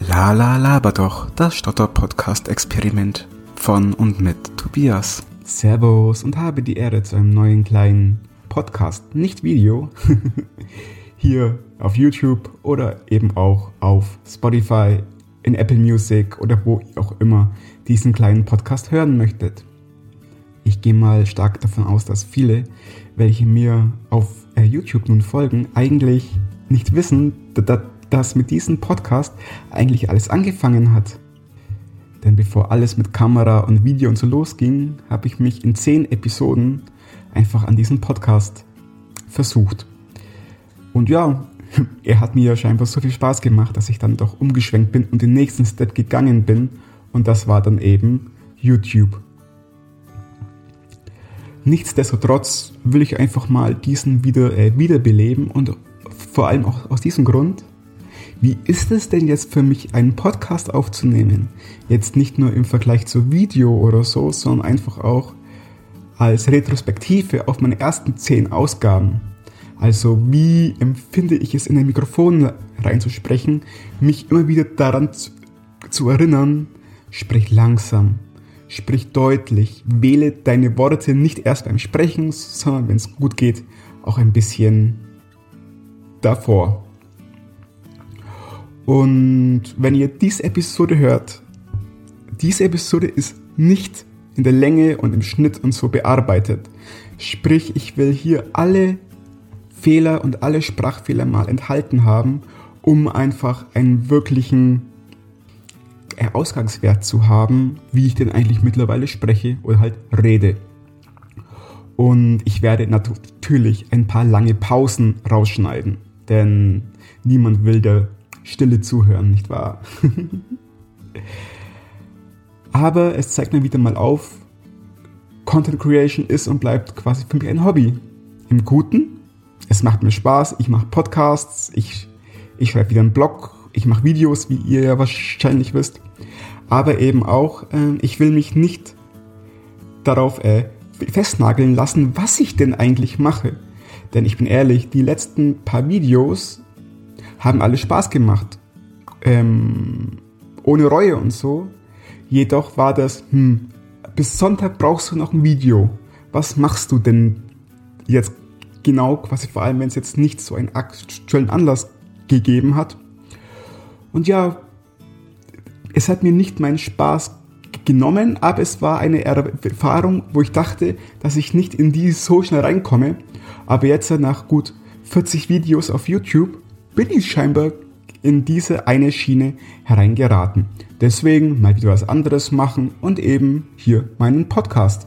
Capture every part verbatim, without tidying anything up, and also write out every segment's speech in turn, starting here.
La la laber doch, das Stotter-Podcast-Experiment von und mit Tobias. Servus und habe die Ehre zu einem neuen kleinen Podcast, nicht Video, hier auf YouTube oder eben auch auf Spotify, in Apple Music oder wo ihr auch immer diesen kleinen Podcast hören möchtet. Ich gehe mal stark davon aus, dass viele, welche mir auf äh, YouTube nun folgen, eigentlich nicht wissen, dass, dass mit diesem Podcast eigentlich alles angefangen hat. Denn bevor alles mit Kamera und Video und so losging, habe ich mich in zehn Episoden einfach an diesem Podcast versucht. Und ja, er hat mir scheinbar so viel Spaß gemacht, dass ich dann doch umgeschwenkt bin und den nächsten Step gegangen bin. Und das war dann eben YouTube. Nichtsdestotrotz will ich einfach mal diesen wieder äh, wiederbeleben und vor allem auch aus diesem Grund, wie ist es denn jetzt für mich, einen Podcast aufzunehmen? Jetzt nicht nur im Vergleich zu Video oder so, sondern einfach auch als Retrospektive auf meine ersten zehn Ausgaben. Also wie empfinde ich es, in ein Mikrofon reinzusprechen, mich immer wieder daran zu, zu erinnern, sprich langsam, sprich deutlich, wähle deine Worte nicht erst beim Sprechen, sondern wenn es gut geht, auch ein bisschen davor. Und wenn ihr diese Episode hört, diese Episode ist nicht in der Länge und im Schnitt und so bearbeitet. Sprich, ich will hier alle Fehler und alle Sprachfehler mal enthalten haben, um einfach einen wirklichen Ausgangswert zu haben, wie ich denn eigentlich mittlerweile spreche oder halt rede. Und ich werde natürlich ein paar lange Pausen rausschneiden, denn niemand will der Stille zuhören, nicht wahr? Aber es zeigt mir wieder mal auf, Content Creation ist und bleibt quasi für mich ein Hobby. Im Guten, es macht mir Spaß, ich mache Podcasts, ich, ich schreibe wieder einen Blog, ich mache Videos, wie ihr ja wahrscheinlich wisst. Aber eben auch, äh, ich will mich nicht darauf äh, festnageln lassen, was ich denn eigentlich mache. Denn ich bin ehrlich, die letzten paar Videos haben alle Spaß gemacht. Ähm, ohne Reue und so. Jedoch war das, hm, bis Sonntag brauchst du noch ein Video. Was machst du denn jetzt genau, quasi vor allem, wenn es jetzt nicht so einen aktuellen Anlass gegeben hat. Und ja, es hat mir nicht meinen Spaß genommen, aber es war eine Erfahrung, wo ich dachte, dass ich nicht in die so schnell reinkomme. Aber jetzt nach gut vierzig Videos auf YouTube bin ich scheinbar in diese eine Schiene hereingeraten. Deswegen mal wieder was anderes machen und eben hier meinen Podcast.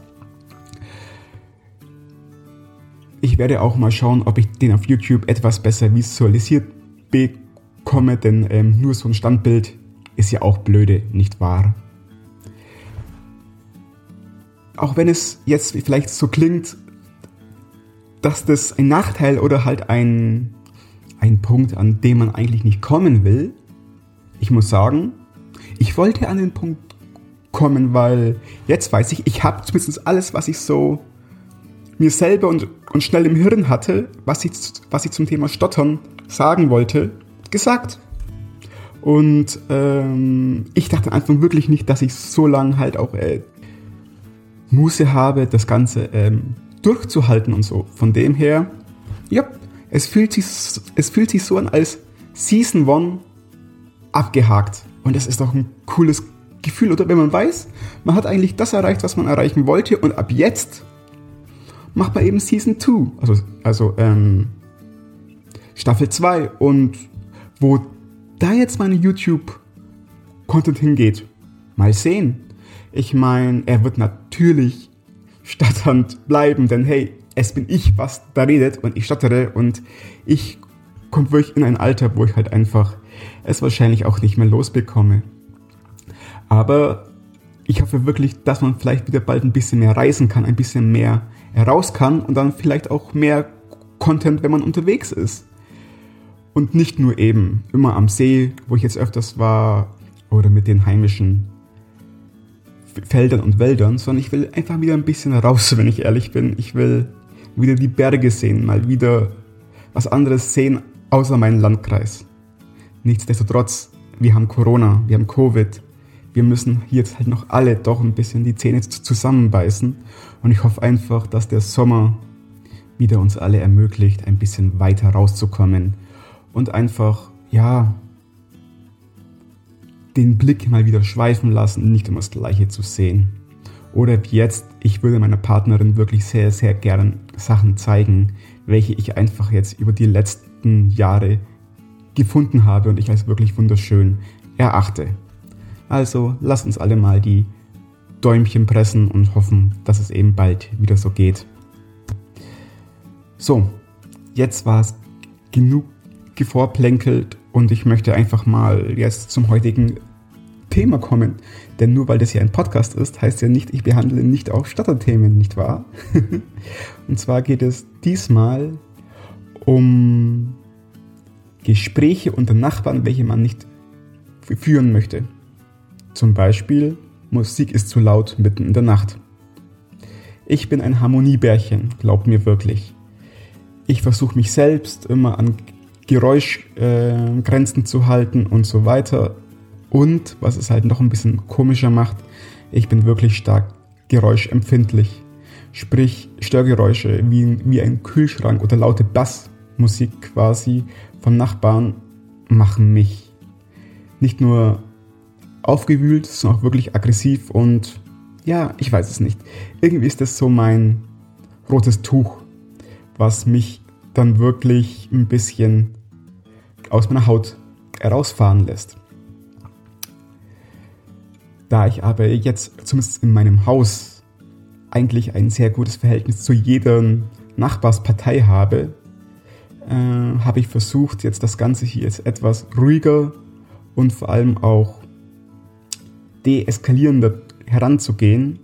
Ich werde auch mal schauen, ob ich den auf YouTube etwas besser visualisiert bekomme, denn ähm, nur so ein Standbild ist ja auch blöde, nicht wahr? Auch wenn es jetzt vielleicht so klingt, dass das ein Nachteil oder halt ein, ein Punkt, an dem man eigentlich nicht kommen will. Ich muss sagen, ich wollte an den Punkt kommen, weil jetzt weiß ich, ich habe zumindest alles, was ich so mir selber und, und schnell im Hirn hatte, was ich, was ich zum Thema Stottern sagen wollte, gesagt. Und ähm, ich dachte einfach wirklich nicht, dass ich so lange halt auch äh, Muße habe, das Ganze ähm, durchzuhalten und so. Von dem her, ja, es fühlt sich, es fühlt sich so an, als Season eins abgehakt. Und das ist doch ein cooles Gefühl, oder? Wenn man weiß, man hat eigentlich das erreicht, was man erreichen wollte, und ab jetzt macht man eben Season zwei, also, also ähm, Staffel zwei, und wo da jetzt meine YouTube-Content hingeht, mal sehen. Ich meine, er wird natürlich stotternd bleiben, denn hey, es bin ich, was da redet, und ich stottere, und ich komme wirklich in ein Alter, wo ich halt einfach es wahrscheinlich auch nicht mehr losbekomme. Aber ich hoffe wirklich, dass man vielleicht wieder bald ein bisschen mehr reisen kann, ein bisschen mehr raus kann und dann vielleicht auch mehr Content, wenn man unterwegs ist. Und nicht nur eben immer am See, wo ich jetzt öfters war, oder mit den heimischen Feldern und Wäldern, sondern ich will einfach wieder ein bisschen raus, wenn ich ehrlich bin. Ich will wieder die Berge sehen, mal wieder was anderes sehen, außer meinen Landkreis. Nichtsdestotrotz wir haben Corona, wir haben Covid. Wir müssen hier jetzt halt noch alle doch ein bisschen die Zähne zusammenbeißen. Und ich hoffe einfach, dass der Sommer wieder uns alle ermöglicht, ein bisschen weiter rauszukommen. Und einfach, ja, den Blick mal wieder schweifen lassen, nicht immer das Gleiche zu sehen. Oder wie jetzt, ich würde meiner Partnerin wirklich sehr, sehr gern Sachen zeigen, welche ich einfach jetzt über die letzten Jahre gefunden habe und ich als wirklich wunderschön erachte. Also lasst uns alle mal die Däumchen pressen und hoffen, dass es eben bald wieder so geht. So, jetzt war es genug gevorplänkelt und ich möchte einfach mal jetzt zum heutigen Thema kommen. Denn nur weil das hier ein Podcast ist, heißt ja nicht, ich behandle nicht auch Stotterthemen, nicht wahr? Und zwar geht es diesmal um Gespräche unter Nachbarn, welche man nicht führen möchte. Zum Beispiel, Musik ist zu laut mitten in der Nacht. Ich bin ein Harmoniebärchen, glaubt mir wirklich. Ich versuche mich selbst immer an Geräuschgrenzen äh, zu halten und so weiter. Und, was es halt noch ein bisschen komischer macht, ich bin wirklich stark geräuschempfindlich. Sprich, Störgeräusche wie, wie ein Kühlschrank oder laute Bassmusik quasi von Nachbarn machen mich nicht nur aufgewühlt, sondern auch wirklich aggressiv und ja, ich weiß es nicht. Irgendwie ist das so mein rotes Tuch, was mich dann wirklich ein bisschen aus meiner Haut herausfahren lässt. Da ich aber jetzt, zumindest in meinem Haus, eigentlich ein sehr gutes Verhältnis zu jeder Nachbarspartei habe, äh, habe ich versucht, jetzt das Ganze hier jetzt etwas ruhiger und vor allem auch deeskalierender heranzugehen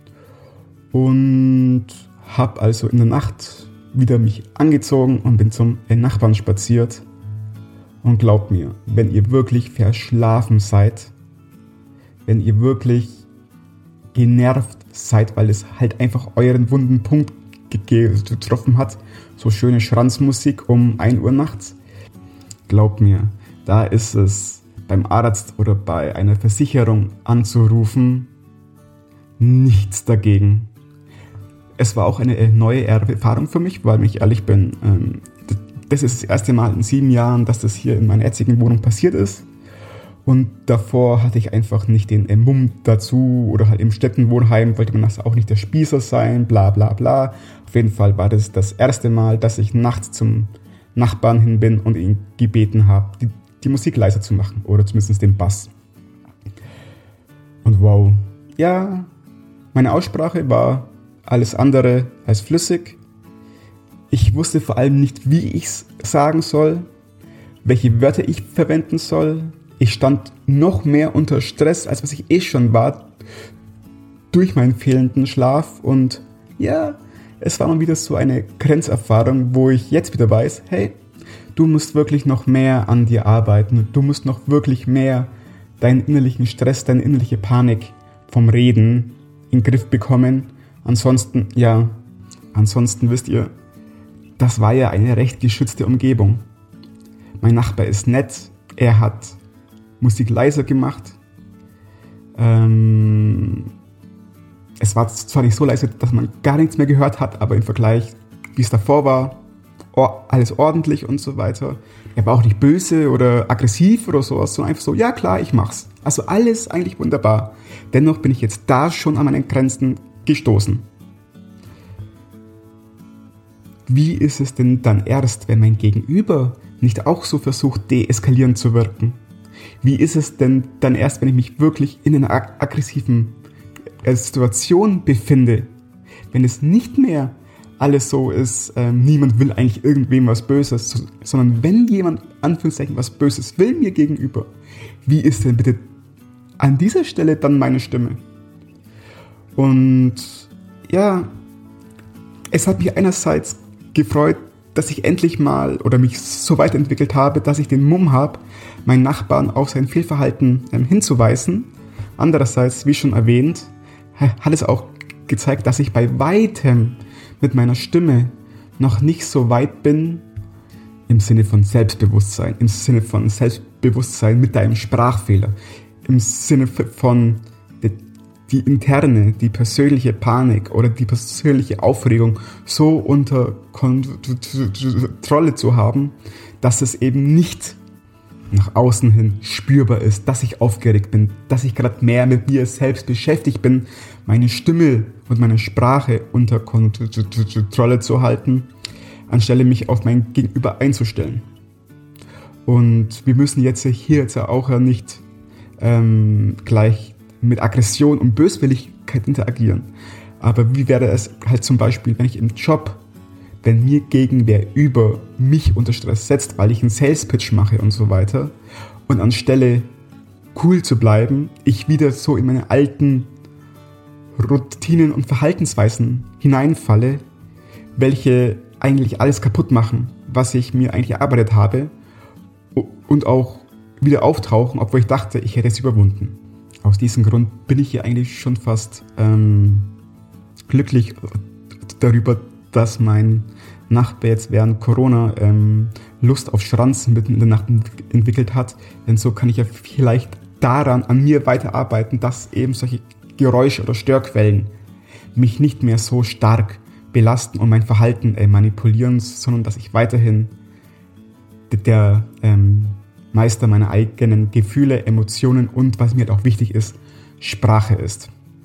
und habe also in der Nacht wieder mich angezogen und bin zum Nachbarn spaziert. Und glaubt mir, wenn ihr wirklich verschlafen seid, wenn ihr wirklich genervt seid, weil es halt einfach euren wunden Punkt getroffen hat, so schöne Schranzmusik um ein Uhr nachts, glaubt mir, da ist es beim Arzt oder bei einer Versicherung anzurufen, nichts dagegen. Es war auch eine neue Erfahrung für mich, weil ich ehrlich bin, das ist das erste Mal in sieben Jahren, dass das hier in meiner jetzigen Wohnung passiert ist. Und davor hatte ich einfach nicht den Mumm dazu oder halt im Städtenwohnheim wollte man auch nicht der Spießer sein, bla bla bla. Auf jeden Fall war das das erste Mal, dass ich nachts zum Nachbarn hin bin und ihn gebeten habe, die, die Musik leiser zu machen oder zumindest den Bass. Und wow, ja, meine Aussprache war alles andere als flüssig. Ich wusste vor allem nicht, wie ich es sagen soll, welche Wörter ich verwenden soll. Ich stand noch mehr unter Stress, als was ich eh schon war, durch meinen fehlenden Schlaf. Und ja, es war mal wieder so eine Grenzerfahrung, wo ich jetzt wieder weiß, hey, du musst wirklich noch mehr an dir arbeiten. Du musst noch wirklich mehr deinen innerlichen Stress, deine innerliche Panik vom Reden in den Griff bekommen. Ansonsten, ja, ansonsten wisst ihr, das war ja eine recht geschützte Umgebung. Mein Nachbar ist nett, er hat Musik leiser gemacht. Ähm, es war zwar nicht so leise, dass man gar nichts mehr gehört hat, aber im Vergleich, wie es davor war, or- alles ordentlich und so weiter. Er war auch nicht böse oder aggressiv oder sowas, sondern einfach so, ja klar, ich mach's. Also alles eigentlich wunderbar. Dennoch bin ich jetzt da schon an meine Grenzen gestoßen. Wie ist es denn dann erst, wenn mein Gegenüber nicht auch so versucht, deeskalierend zu wirken? Wie ist es denn dann erst, wenn ich mich wirklich in einer ag- aggressiven äh, Situation befinde? Wenn es nicht mehr alles so ist, äh, niemand will eigentlich irgendwem was Böses, so, sondern wenn jemand, Anführungszeichen, was Böses will mir gegenüber, wie ist denn bitte an dieser Stelle dann meine Stimme? Und ja, es hat mich einerseits gefreut, dass ich endlich mal oder mich so weiterentwickelt habe, dass ich den Mumm habe, meinen Nachbarn auf sein Fehlverhalten ähm, hinzuweisen. Andererseits, wie schon erwähnt, hat es auch gezeigt, dass ich bei weitem mit meiner Stimme noch nicht so weit bin, im Sinne von Selbstbewusstsein, im Sinne von Selbstbewusstsein mit deinem Sprachfehler, im Sinne von die, die interne, die persönliche Panik oder die persönliche Aufregung so unter Kontrolle zu haben, dass es eben nicht nach außen hin spürbar ist, dass ich aufgeregt bin, dass ich gerade mehr mit mir selbst beschäftigt bin, meine Stimme und meine Sprache unter Kontrolle zu halten, anstelle mich auf mein Gegenüber einzustellen. Und wir müssen jetzt hier jetzt auch nicht ähm, gleich mit Aggression und Böswilligkeit interagieren. Aber wie wäre es halt zum Beispiel, wenn ich im Job, wenn mir gegenüber mich unter Stress setzt, weil ich einen Sales-Pitch mache und so weiter, und anstelle cool zu bleiben, ich wieder so in meine alten Routinen und Verhaltensweisen hineinfalle, welche eigentlich alles kaputt machen, was ich mir eigentlich erarbeitet habe, und auch wieder auftauchen, obwohl ich dachte, ich hätte es überwunden. Aus diesem Grund bin ich hier eigentlich schon fast ähm, glücklich darüber, dass mein Nachbar jetzt während Corona ähm, Lust auf Schranzen mitten in der Nacht entwickelt hat. Denn so kann ich ja vielleicht daran an mir weiterarbeiten, dass eben solche Geräusche oder Störquellen mich nicht mehr so stark belasten und mein Verhalten äh, manipulieren, sondern dass ich weiterhin der, der ähm, Meister meiner eigenen Gefühle, Emotionen und, was mir halt auch wichtig ist, Sprache ist.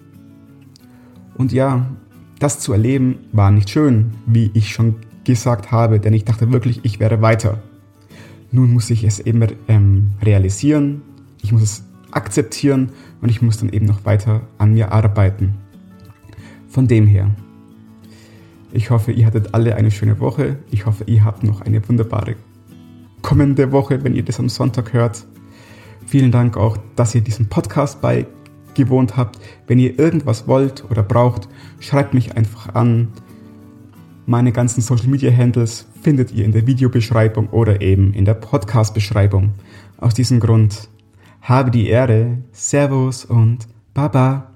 Und ja, das zu erleben war nicht schön, wie ich schon gesagt habe, denn ich dachte wirklich, ich wäre weiter. Nun muss ich es eben ähm, realisieren, ich muss es akzeptieren und ich muss dann eben noch weiter an mir arbeiten. Von dem her, ich hoffe, ihr hattet alle eine schöne Woche. Ich hoffe, ihr habt noch eine wunderbare kommende Woche, wenn ihr das am Sonntag hört. Vielen Dank auch, dass ihr diesen Podcast beigewohnt habt. Wenn ihr irgendwas wollt oder braucht, schreibt mich einfach an. Meine ganzen Social Media Handles findet ihr in der Videobeschreibung oder eben in der Podcast-Beschreibung. Aus diesem Grund habe die Ehre, Servus und Baba.